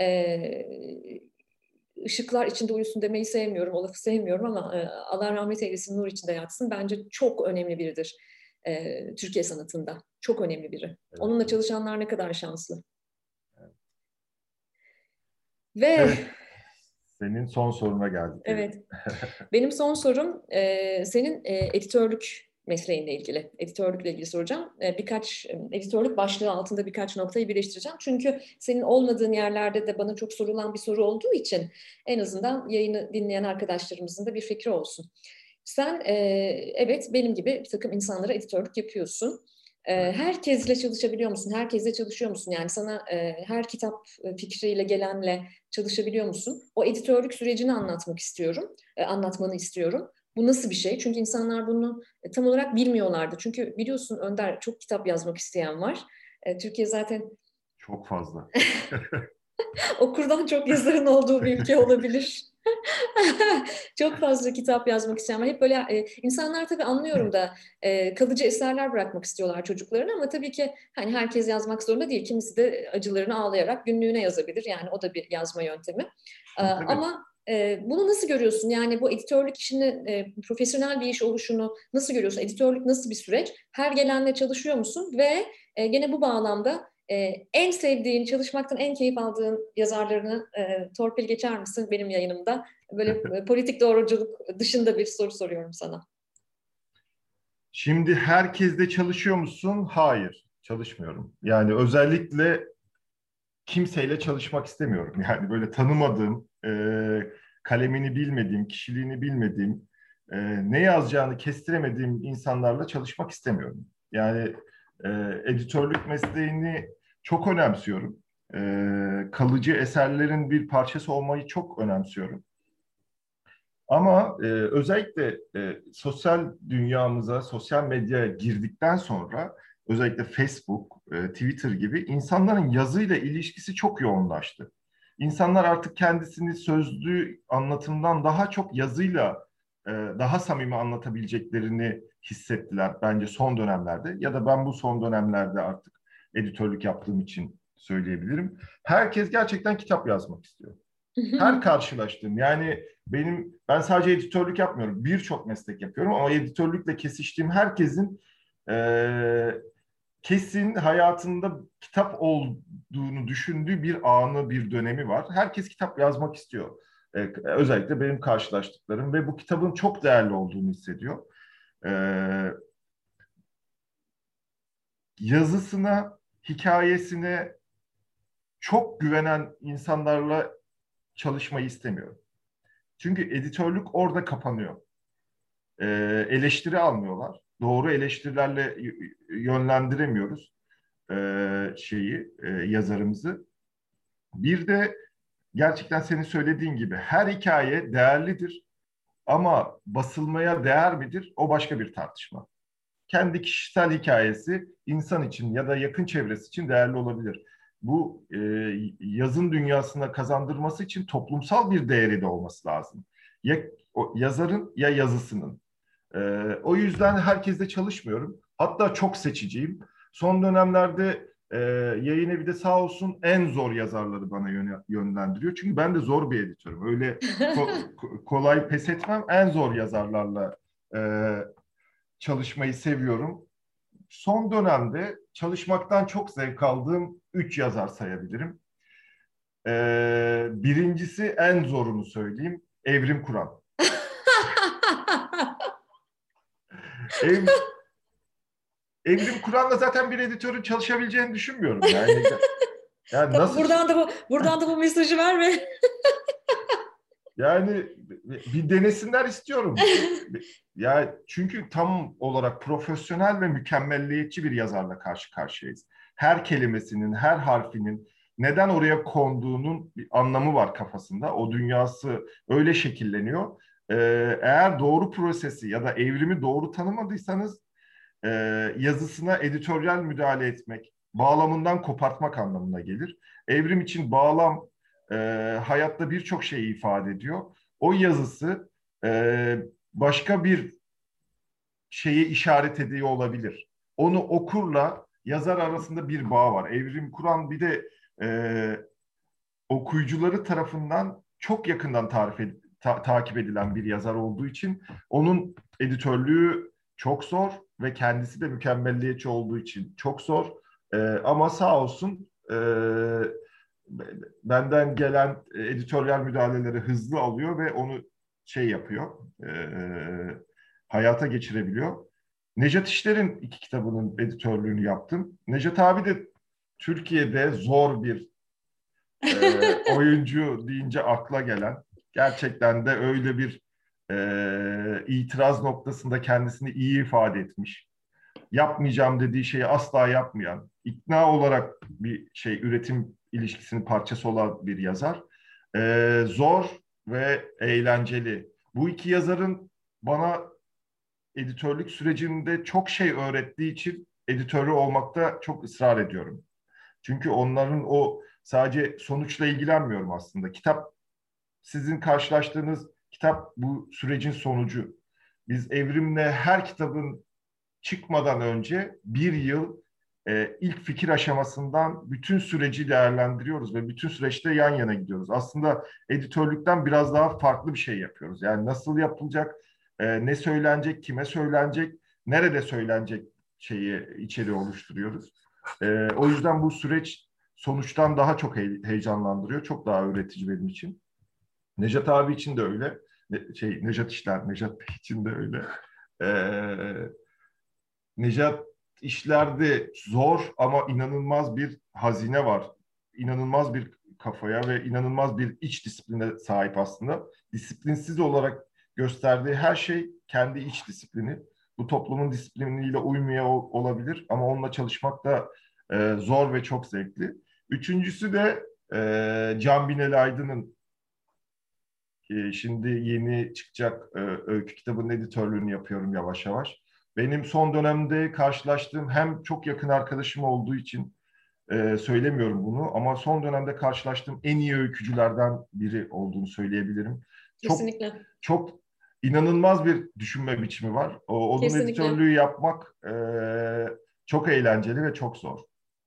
ışıklar içinde uyusun demeyi sevmiyorum, o lafı sevmiyorum ama Allah rahmet eylesin, nur içinde yatsın. Bence çok önemli biridir Türkiye sanatında. Çok önemli biri. Evet, Onunla evet. çalışanlar ne kadar şanslı. Ve Evet. Senin son soruna geldik. Evet. evet, benim son sorum senin editörlük mesleğinle ilgili. Editörlükle ilgili soracağım. Birkaç editörlük başlığı altında birkaç noktayı birleştireceğim. Çünkü senin olmadığın yerlerde de bana çok sorulan bir soru olduğu için en azından yayını dinleyen arkadaşlarımızın da bir fikri olsun. Sen evet, benim gibi bir takım insanlara editörlük yapıyorsun. Evet. Herkesle çalışabiliyor musun? Herkesle çalışıyor musun? Yani sana her kitap fikriyle gelenle çalışabiliyor musun? O editörlük sürecini anlatmak istiyorum, anlatmanı istiyorum. Bu nasıl bir şey? Çünkü insanlar bunu tam olarak bilmiyorlardı. Çünkü biliyorsun Önder, çok kitap yazmak isteyen var. Türkiye zaten Çok fazla. okurdan çok yazarın olduğu bir ülke olabilir. Çok fazla kitap yazmak isteyen var. Hep böyle insanlar, tabii anlıyorum da kalıcı eserler bırakmak istiyorlar çocuklarına, ama tabii ki hani herkes yazmak zorunda değil. Kimisi de acılarını ağlayarak günlüğüne yazabilir. Yani o da bir yazma yöntemi. Tabii tabii. Ama Bunu nasıl görüyorsun? Yani bu editörlük işini, profesyonel bir iş oluşunu nasıl görüyorsun? Editörlük nasıl bir süreç? Her gelenle çalışıyor musun? Ve gene bu bağlamda en sevdiğin, çalışmaktan en keyif aldığın yazarlarını torpil geçer misin benim yayınımda? Böyle politik doğruculuk dışında bir soru soruyorum sana. Şimdi herkesle çalışıyor musun? Hayır, çalışmıyorum. Yani özellikle kimseyle çalışmak istemiyorum. Yani böyle tanımadığım, kalemini bilmediğim, kişiliğini bilmediğim, ne yazacağını kestiremediğim insanlarla çalışmak istemiyorum. Yani e, editörlük mesleğini çok önemsiyorum. Kalıcı eserlerin bir parçası olmayı çok önemsiyorum. Ama özellikle sosyal dünyamıza, sosyal medyaya girdikten sonra özellikle Facebook, Twitter gibi insanların yazıyla ilişkisi çok yoğunlaştı. İnsanlar artık kendisini sözlü anlatımdan daha çok yazıyla daha samimi anlatabileceklerini hissettiler bence son dönemlerde. Ya da ben bu son dönemlerde artık editörlük yaptığım için söyleyebilirim. Herkes gerçekten kitap yazmak istiyor. Her karşılaştığım yani ben sadece editörlük yapmıyorum. Birçok meslek yapıyorum ama editörlükle kesiştiğim herkesin e, kesin hayatında kitap olduğunu düşündüğü bir anı, bir dönemi var. Herkes kitap yazmak istiyor. Özellikle benim karşılaştıklarım ve bu kitabın çok değerli olduğunu hissediyor. E, Yazısına, hikayesine çok güvenen insanlarla çalışmayı istemiyorum. Çünkü editörlük orada kapanıyor. e, Eleştiri almıyorlar. Doğru eleştirilerle yönlendiremiyoruz yazarımızı. Bir de gerçekten senin söylediğin gibi her hikaye değerlidir ama basılmaya değer midir? O başka bir tartışma. Kendi kişisel hikayesi insan için ya da yakın çevresi için değerli olabilir. Bu yazın dünyasına kazandırması için toplumsal bir değeri de olması lazım. Ya o yazarın ya yazısının. O yüzden herkesle çalışmıyorum. Hatta çok seçiciyim. Son dönemlerde yayın evi de sağ olsun en zor yazarları bana yönlendiriyor. Çünkü ben de zor bir editörüm. Öyle kolay pes etmem. En zor yazarlarla e, çalışmayı seviyorum. Son dönemde çalışmaktan çok zevk aldığım 3 yazar sayabilirim. Birincisi en zorunu söyleyeyim. Evrim Kur'an. Ev, Evrim Kur'an'la zaten bir editörün çalışabileceğini düşünmüyorum. Yani Tamam, nasıl buradan da bu mesajı ver ve yani bir denesinler istiyorum. Ya çünkü tam olarak profesyonel ve mükemmelliyetçi bir yazarla karşı karşıyayız. Her kelimesinin, her harfinin neden oraya konduğunun bir anlamı var kafasında. O dünyası öyle şekilleniyor. Eğer doğru prosesi ya da evrimi doğru tanımadıysanız e, yazısına editoryal müdahale etmek, bağlamından kopartmak anlamına gelir. Evrim için bağlam e, hayatta birçok şeyi ifade ediyor. O yazısı başka bir şeye işaret ediyor olabilir. Onu okurla yazar arasında bir bağ var. Evrim Kur'an bir de e, okuyucuları tarafından çok yakından takip edilen bir yazar olduğu için onun editörlüğü çok zor ve kendisi de mükemmelliyetçi olduğu için çok zor. Ama sağ olsun benden gelen editoryal müdahaleleri hızlı alıyor ve onu yapıyor, hayata geçirebiliyor. Nejat İşler'in 2 kitabının editörlüğünü yaptım. Nejat abi de Türkiye'de zor bir oyuncu deyince akla gelen, gerçekten de öyle bir itiraz noktasında kendisini iyi ifade etmiş. Yapmayacağım dediği şeyi asla yapmayan, ikna olarak bir üretim ilişkisinin parçası olan bir yazar. Zor ve eğlenceli. Bu 2 yazarın bana editörlük sürecinde çok şey öğrettiği için editörü olmakta çok ısrar ediyorum. Çünkü onların o sadece sonuçla ilgilenmiyorum aslında. Kitap, sizin karşılaştığınız kitap bu sürecin sonucu. Biz Evrim'le her kitabın çıkmadan önce bir yıl ilk fikir aşamasından bütün süreci değerlendiriyoruz ve bütün süreçte yan yana gidiyoruz. Aslında editörlükten biraz daha farklı bir şey yapıyoruz. Yani nasıl yapılacak, ne söylenecek, kime söylenecek, nerede söylenecek içeriği oluşturuyoruz. O yüzden bu süreç sonuçtan daha çok heyecanlandırıyor. Çok daha öğretici benim için. Nejat abi için de öyle. Nejat Bey için de öyle. Ee, Nejat işlerde zor ama inanılmaz bir hazine var. İnanılmaz bir kafaya ve inanılmaz bir iç disipline sahip aslında. Disiplinsiz olarak gösterdiği her şey kendi iç disiplini. Bu toplumun disipliniyle uymuyor olabilir ama onunla çalışmak da zor ve çok zevkli. Üçüncüsü de Can Binali Aydın'ın şimdi yeni çıkacak öykü kitabının editörlüğünü yapıyorum yavaş yavaş. Benim son dönemde karşılaştığım hem çok yakın arkadaşım olduğu için söylemiyorum bunu ama son dönemde karşılaştığım en iyi öykücülerden biri olduğunu söyleyebilirim. Çok Kesinlikle. çok inanılmaz bir düşünme biçimi var. Onun Kesinlikle. editörlüğü yapmak çok eğlenceli ve çok zor.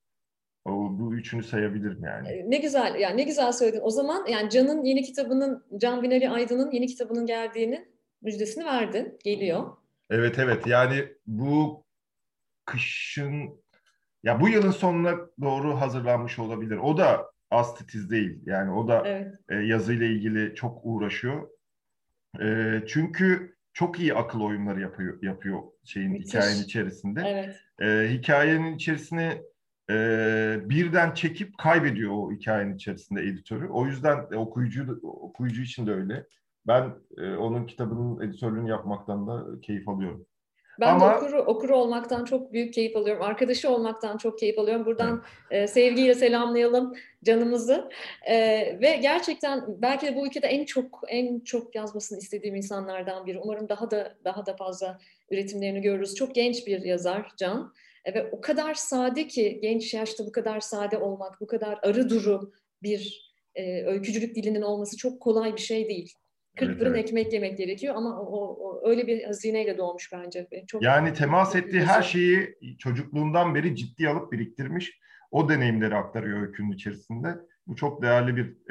Bu üçünü sayabilirim yani. Ne güzel, yani ne güzel söyledin. O zaman yani Can Binali Aydın'ın yeni kitabının geldiğini müjdesini verdin. Geliyor. Evet evet yani bu kışın ya bu yılın sonuna doğru hazırlanmış olabilir. O da az titiz değil. Yani o da Evet. yazıyla ilgili çok uğraşıyor. Çünkü çok iyi akıl oyunları yapıyor hikayenin Müthiş. içerisinde. Evet. Hikayenin içerisine birden çekip kaybediyor o hikayenin içerisinde editörü. O yüzden okuyucu için de öyle. Ben onun kitabının editörlüğünü yapmaktan da keyif alıyorum. Ben de Ama okuru olmaktan çok büyük keyif alıyorum. Arkadaşı olmaktan çok keyif alıyorum. evet, Buradan sevgiyle selamlayalım canımızı. Ve gerçekten belki de bu ülkede en çok yazmasını istediğim insanlardan biri. Umarım daha da fazla üretimlerini görürüz. Çok genç bir yazar Can. Ve o kadar sade ki genç yaşta bu kadar sade olmak, bu kadar arı duru bir öykücülük dilinin olması çok kolay bir şey değil. Kırk evet, fırın evet. ekmek yemek gerekiyor ama o öyle bir hazineyle doğmuş bence. Çok Yani temas çok ettiği büyük her eser. şeyi çocukluğundan beri ciddiye alıp biriktirmiş. O deneyimleri aktarıyor öykünün içerisinde. Bu çok değerli bir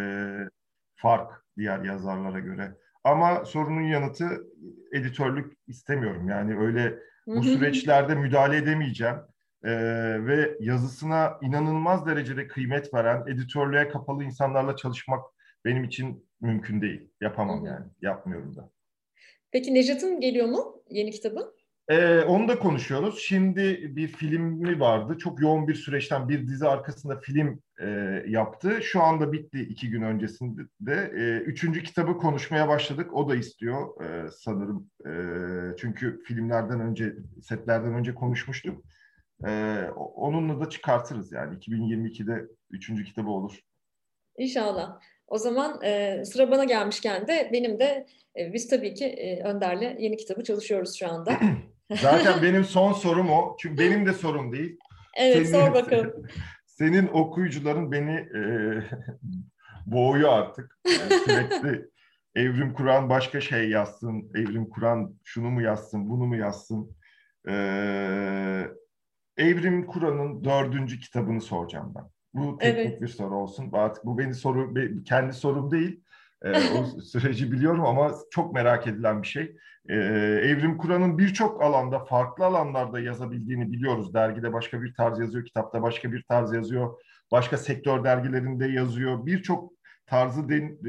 fark diğer yazarlara göre. Ama sorunun yanıtı editörlük istemiyorum. Yani öyle bu süreçlerde müdahale edemeyeceğim. E, Ve yazısına inanılmaz derecede kıymet veren, editörlüğe kapalı insanlarla çalışmak benim için mümkün değil. Yapamam yani. Yapmıyorum da. Peki Nejat'ın geliyor mu yeni kitabı? Onu da konuşuyoruz. Şimdi bir filmi vardı. Çok yoğun bir süreçten bir dizi arkasında film yaptı. Şu anda bitti 2 gün öncesinde de. Üçüncü kitabı konuşmaya başladık. O da istiyor sanırım. Çünkü setlerden önce konuşmuştuk. Onunla da çıkartırız yani. 2022'de üçüncü kitabı olur. İnşallah. O zaman sıra bana gelmişken de benim de biz tabii ki Önder'le yeni kitabı çalışıyoruz şu anda. Zaten benim son sorum o. Çünkü benim de sorum değil. Evet, sor Senin bakalım. senin okuyucuların beni boğuyor artık. Sürekli Evrim Kur'an başka şey yazsın. Evrim Kur'an şunu mu yazsın, bunu mu yazsın? E, Evrim Kur'an'ın 4. kitabını soracağım ben. Bu teknik Evet. bir soru olsun. Artık bu kendi sorum değil. O süreci biliyorum ama çok merak edilen bir şey. Evrim Kur'an'ın birçok alanda, farklı alanlarda yazabildiğini biliyoruz. Dergide başka bir tarz yazıyor, kitapta başka bir tarz yazıyor, başka sektör dergilerinde yazıyor. Birçok tarzı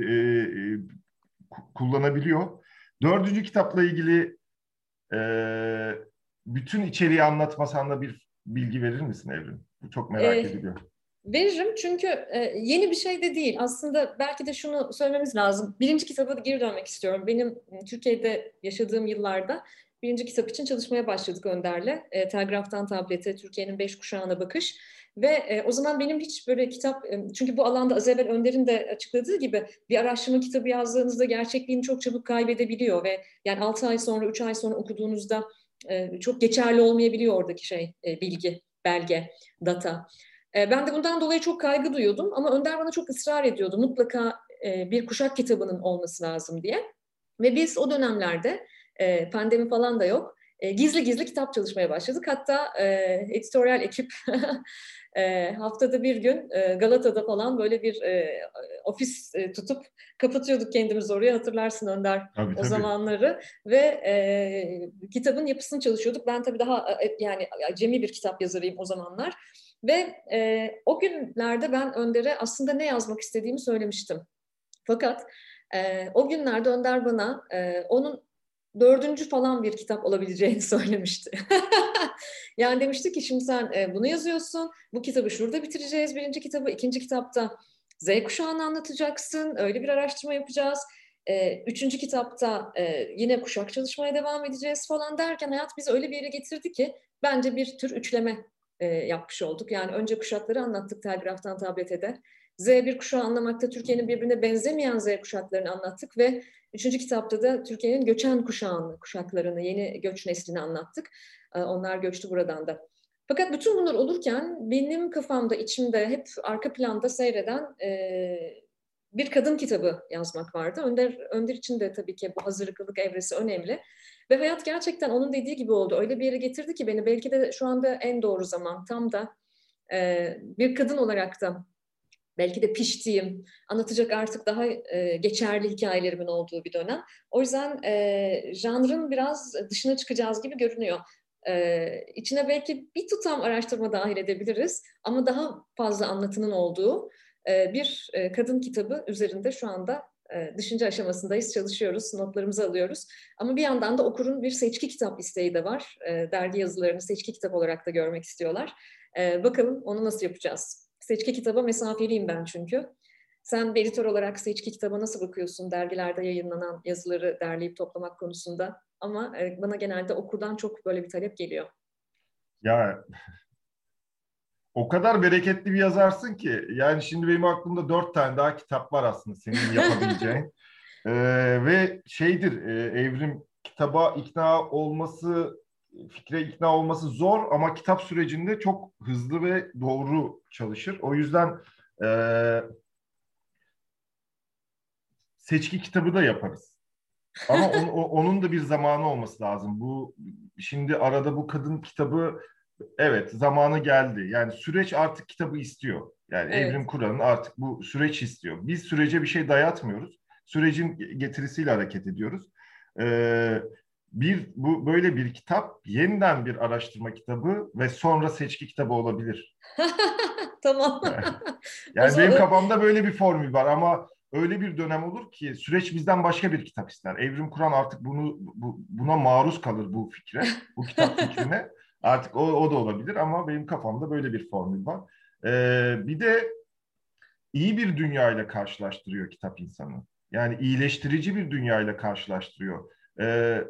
kullanabiliyor. 4. kitapla ilgili e, bütün içeriği anlatmasan da bir bilgi verir misin Evrim? Bu çok merak E, ediliyor. Veririm çünkü yeni bir şey de değil. Aslında belki de şunu söylememiz lazım. Birinci kitaba geri dönmek istiyorum. Benim Türkiye'de yaşadığım yıllarda birinci kitap için çalışmaya başladık Önder'le. Telgraftan tablete, Türkiye'nin 5 kuşağına bakış. Ve o zaman benim hiç böyle kitap, çünkü bu alanda az evvel Önder'in de açıkladığı gibi bir araştırma kitabı yazdığınızda gerçekliğini çok çabuk kaybedebiliyor ve yani 6 ay sonra, 3 ay sonra okuduğunuzda çok geçerli olmayabiliyor oradaki bilgi, belge, data. Ben de bundan dolayı çok kaygı duyuyordum ama Önder bana çok ısrar ediyordu. Mutlaka bir kuşak kitabının olması lazım diye. Ve biz o dönemlerde pandemi falan da yok. gizli gizli kitap çalışmaya başladık. Hatta editoryal ekip haftada bir gün Galata'da falan böyle bir ofis tutup kapatıyorduk kendimizi oraya, hatırlarsın Önder Tabii o tabii. zamanları ve kitabın yapısını çalışıyorduk. Ben tabii daha yani acemi bir kitap yazarıyım o zamanlar ve o günlerde ben Önder'e aslında ne yazmak istediğimi söylemiştim. Fakat o günlerde Önder bana onun 4. falan bir kitap olabileceğini söylemişti. Yani demişti ki şimdi sen bunu yazıyorsun, bu kitabı şurada bitireceğiz, 1. kitabı, 2. kitapta Z kuşağını anlatacaksın, öyle bir araştırma yapacağız. 3. kitapta yine kuşak çalışmaya devam edeceğiz falan derken hayat bizi öyle bir yere getirdi ki bence bir tür üçleme yapmış olduk. Yani önce kuşakları anlattık telgraftan tablete de. Z1 kuşağı anlamakta Türkiye'nin birbirine benzemeyen Z kuşaklarını anlattık ve 3. kitapta da Türkiye'nin göçen kuşaklarını, yeni göç neslini anlattık. Onlar göçtü buradan da. Fakat bütün bunlar olurken benim kafamda, içimde hep arka planda seyreden bir kadın kitabı yazmak vardı. Önder için de tabii ki bu hazırlıklılık evresi önemli. Ve hayat gerçekten onun dediği gibi oldu. Öyle bir yere getirdi ki beni, belki de şu anda en doğru zaman, tam da bir kadın olarak da belki de piştiğim, anlatacak artık daha geçerli hikayelerimin olduğu bir dönem. O yüzden janrın biraz dışına çıkacağız gibi görünüyor. İçine belki bir tutam araştırma dahil edebiliriz ama daha fazla anlatının olduğu bir kadın kitabı üzerinde şu anda düşünce aşamasındayız, çalışıyoruz, notlarımızı alıyoruz. Ama bir yandan da okurun bir seçki kitap isteği de var. Dergi yazılarını seçki kitap olarak da görmek istiyorlar. Bakalım onu nasıl yapacağız? Seçki kitaba mesafeliyim ben çünkü. Sen bir editör olarak seçki kitaba nasıl bakıyorsun? Dergilerde yayınlanan yazıları derleyip toplamak konusunda. Ama bana genelde okurdan çok böyle bir talep geliyor. Ya o kadar bereketli bir yazarsın ki. Yani şimdi benim aklımda 4 tane daha kitap var aslında senin yapabileceğin. Ve şeydir, Evrim kitaba ikna olması, fikre ikna olması zor ama kitap sürecinde çok hızlı ve doğru çalışır. O yüzden e, seçki kitabı da yaparız. Ama onun da bir zamanı olması lazım. Bu şimdi arada bu kadın kitabı, evet, zamanı geldi. Yani süreç artık kitabı istiyor. Yani Evrim Evet. Kur'an'ın artık bu süreç istiyor. Biz sürece bir şey dayatmıyoruz. Sürecin getirisiyle hareket ediyoruz. Ee, böyle bir kitap yeniden bir araştırma kitabı ve sonra seçki kitabı olabilir. Tamam. O Yani benim zaman kafamda böyle bir formül var ama öyle bir dönem olur ki süreç bizden başka bir kitap ister. Evrim Kur'an artık buna maruz kalır, bu fikre, bu kitap fikrine. Artık o da olabilir ama benim kafamda böyle bir formül var. Bir de iyi bir dünyayla karşılaştırıyor kitap insanı. Yani iyileştirici bir dünyayla karşılaştırıyor. Ee,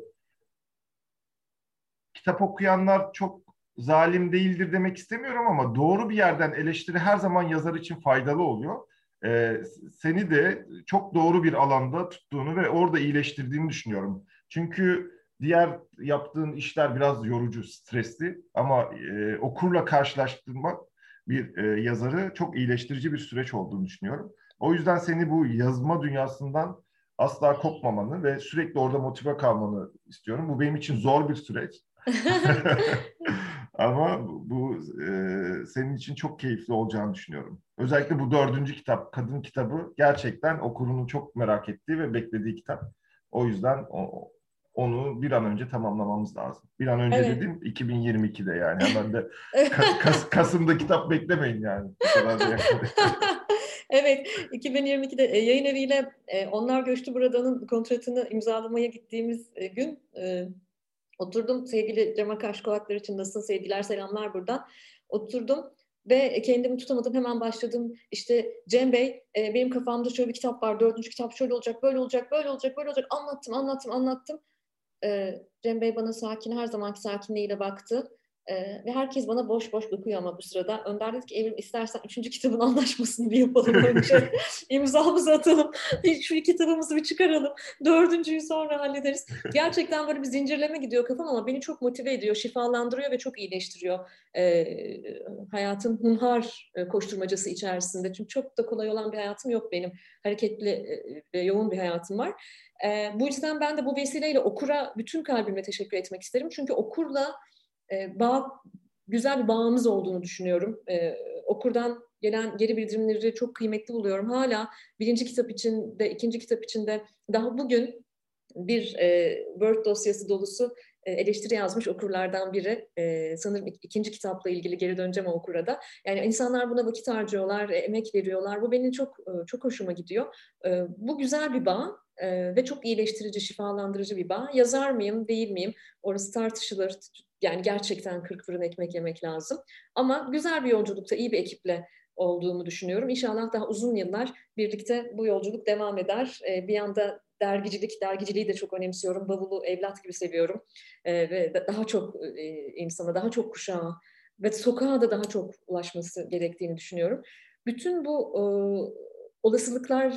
Kitap okuyanlar çok zalim değildir demek istemiyorum ama doğru bir yerden eleştiri her zaman yazar için faydalı oluyor. Seni de çok doğru bir alanda tuttuğunu ve orada iyileştirdiğini düşünüyorum. Çünkü diğer yaptığın işler biraz yorucu, stresli ama okurla karşılaştırmak bir yazarı çok iyileştirici bir süreç olduğunu düşünüyorum. O yüzden seni bu yazma dünyasından asla kopmamanı ve sürekli orada motive kalmanı istiyorum. Bu benim için zor bir süreç. Ama senin için çok keyifli olacağını düşünüyorum. Özellikle bu 4. kitap, kadın kitabı, gerçekten okurunun çok merak ettiği ve beklediği kitap. O yüzden onu bir an önce tamamlamamız lazım. Bir an önce evet. dedim 2022'de, yani hemen de Kasım'da kitap beklemeyin yani. Bu kadar da yakın değil. Evet, 2022'de yayın eviyle Onlar Göçtü Buradan'ın kontratını imzalamaya gittiğimiz gün oturdum, sevgili Cem Akaş kulakları çınlasın, sevgiler selamlar buradan. Oturdum ve kendimi tutamadım, hemen başladım. İşte Cem Bey, benim kafamda şöyle bir kitap var, 4. kitap şöyle olacak, böyle olacak, böyle olacak, böyle olacak. Anlattım. Cem Bey bana sakin, her zamanki sakinliğiyle baktı. Ve herkes bana boş boş bakıyor ama bu sırada. Önder dedi ki Evrim istersen 3. kitabın anlaşmasını bir yapalım önce. İmzamızı atalım. Şu kitabımızı bir çıkaralım. 4.'yü sonra hallederiz. Gerçekten böyle bir zincirleme gidiyor kafam ama beni çok motive ediyor, şifalandırıyor ve çok iyileştiriyor. Hayatın hunhar koşturmacası içerisinde. Çünkü çok da kolay olan bir hayatım yok benim. Hareketli ve yoğun bir hayatım var. Bu yüzden ben de bu vesileyle okura bütün kalbimle teşekkür etmek isterim. Çünkü okurla güzel bir bağımız olduğunu düşünüyorum. Okurdan gelen geri bildirimleri çok kıymetli buluyorum. Hala birinci kitap içinde, ikinci kitap içinde daha bugün bir Word dosyası dolusu eleştiri yazmış okurlardan biri. Sanırım ikinci kitapla ilgili geri döneceğim o okura da. Yani insanlar buna vakit harcıyorlar, emek veriyorlar. Bu benim çok çok hoşuma gidiyor. Bu güzel bir bağ ve çok iyileştirici, şifalandırıcı bir bağ. Yazar mıyım, değil miyim? Orası tartışılır. Yani gerçekten 40 fırın ekmek yemek lazım. Ama güzel bir yolculukta iyi bir ekiple olduğumu düşünüyorum. İnşallah daha uzun yıllar birlikte bu yolculuk devam eder. Bir yanda dergiciliği de çok önemsiyorum. Bavulu evlat gibi seviyorum. Ve daha çok insana, daha çok kuşağa ve sokağa da daha çok ulaşması gerektiğini düşünüyorum. Bütün bu olasılıklar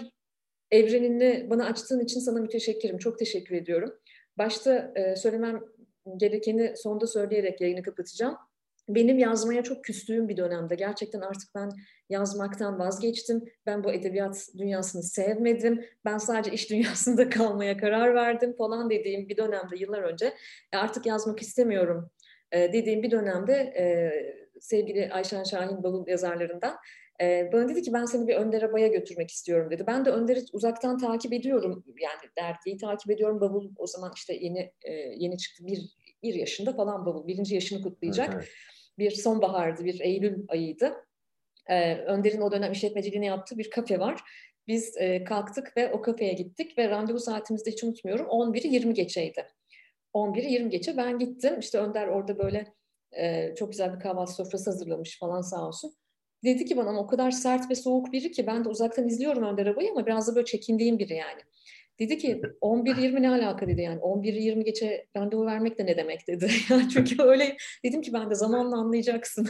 evrenini bana açtığın için sana müteşekkirim. Çok teşekkür ediyorum. Başta söylemem gerekeni sonda söyleyerek yayını kapatacağım. Benim yazmaya çok küstüğüm bir dönemde. Gerçekten artık ben yazmaktan vazgeçtim. Ben bu edebiyat dünyasını sevmedim. Ben sadece iş dünyasında kalmaya karar verdim falan dediğim bir dönemde yıllar önce artık yazmak istemiyorum dediğim bir dönemde sevgili Ayşen Şahin Bavul yazarlarından bana dedi ki ben seni bir Önder Abay'a götürmek istiyorum dedi. Ben de Önder'i uzaktan takip ediyorum. Yani dergiyi takip ediyorum. Bavul o zaman işte yeni çıktı. Bir yaşında falan Bavul. 1. yaşını kutlayacak. Evet, evet. Bir sonbahardı, bir Eylül ayıydı. Önder'in o dönem işletmeciliğini yaptığı bir kafe var. Biz kalktık ve o kafeye gittik ve randevu saatimizde hiç unutmuyorum 11'i 20 geçeydi. 11'i 20 geçe ben gittim. İşte Önder orada böyle çok güzel bir kahvaltı sofrası hazırlamış falan sağ olsun. Dedi ki bana ama o kadar sert ve soğuk biri ki ben de uzaktan izliyorum Önder Abay'ı ama biraz da böyle çekindiğim biri yani. Dedi ki 11-20 ne alaka dedi yani 11-20 geçe randevu vermek de ne demek dedi. Yani çünkü öyle dedim ki ben de zamanla anlayacaksın.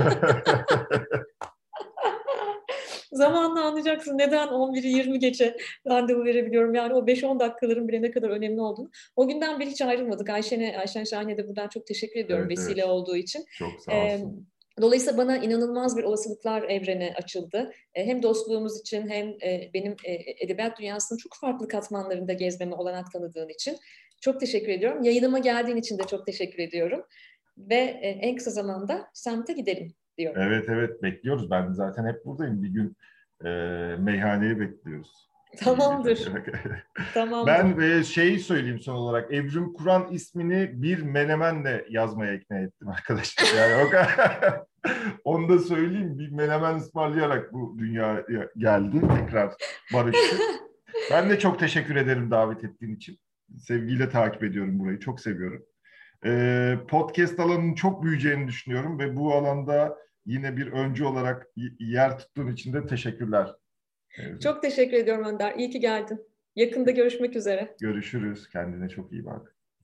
Zamanla anlayacaksın neden 11'i 20 geçe randevu verebiliyorum. Yani o 5-10 dakikaların bile ne kadar önemli olduğunu. O günden beri hiç ayrılmadık. Ayşen Şahin'e de buradan çok teşekkür ediyorum Evet, vesile evet. olduğu için. Çok sağ olsun. Dolayısıyla bana inanılmaz bir olasılıklar evreni açıldı. Hem dostluğumuz için hem benim edebiyat dünyasının çok farklı katmanlarında gezmeme olanak tanıdığın için çok teşekkür ediyorum. Yayınıma geldiğin için de çok teşekkür ediyorum. Ve en kısa zamanda semte gidelim diyorum. Evet, evet, bekliyoruz. Ben zaten hep buradayım. Bir gün meyhaneyi bekliyoruz. Tamamdır. Tamamdır. Ben şeyi söyleyeyim son olarak. Evrim Kur'an ismini bir menemenle yazmaya ikna ettim arkadaşlar. Yani o kadar. Onu da söyleyeyim. Bir menemen ısmarlayarak bu dünyaya geldi. Tekrar barıştık. Ben de çok teşekkür ederim davet ettiğin için. Sevgiyle takip ediyorum burayı. Çok seviyorum. Podcast alanının çok büyüyeceğini düşünüyorum ve bu alanda yine bir öncü olarak yer tuttuğun için de teşekkürler. Çok teşekkür ediyorum Önder. İyi ki geldin. Yakında görüşmek üzere. Görüşürüz. Kendine çok iyi bak.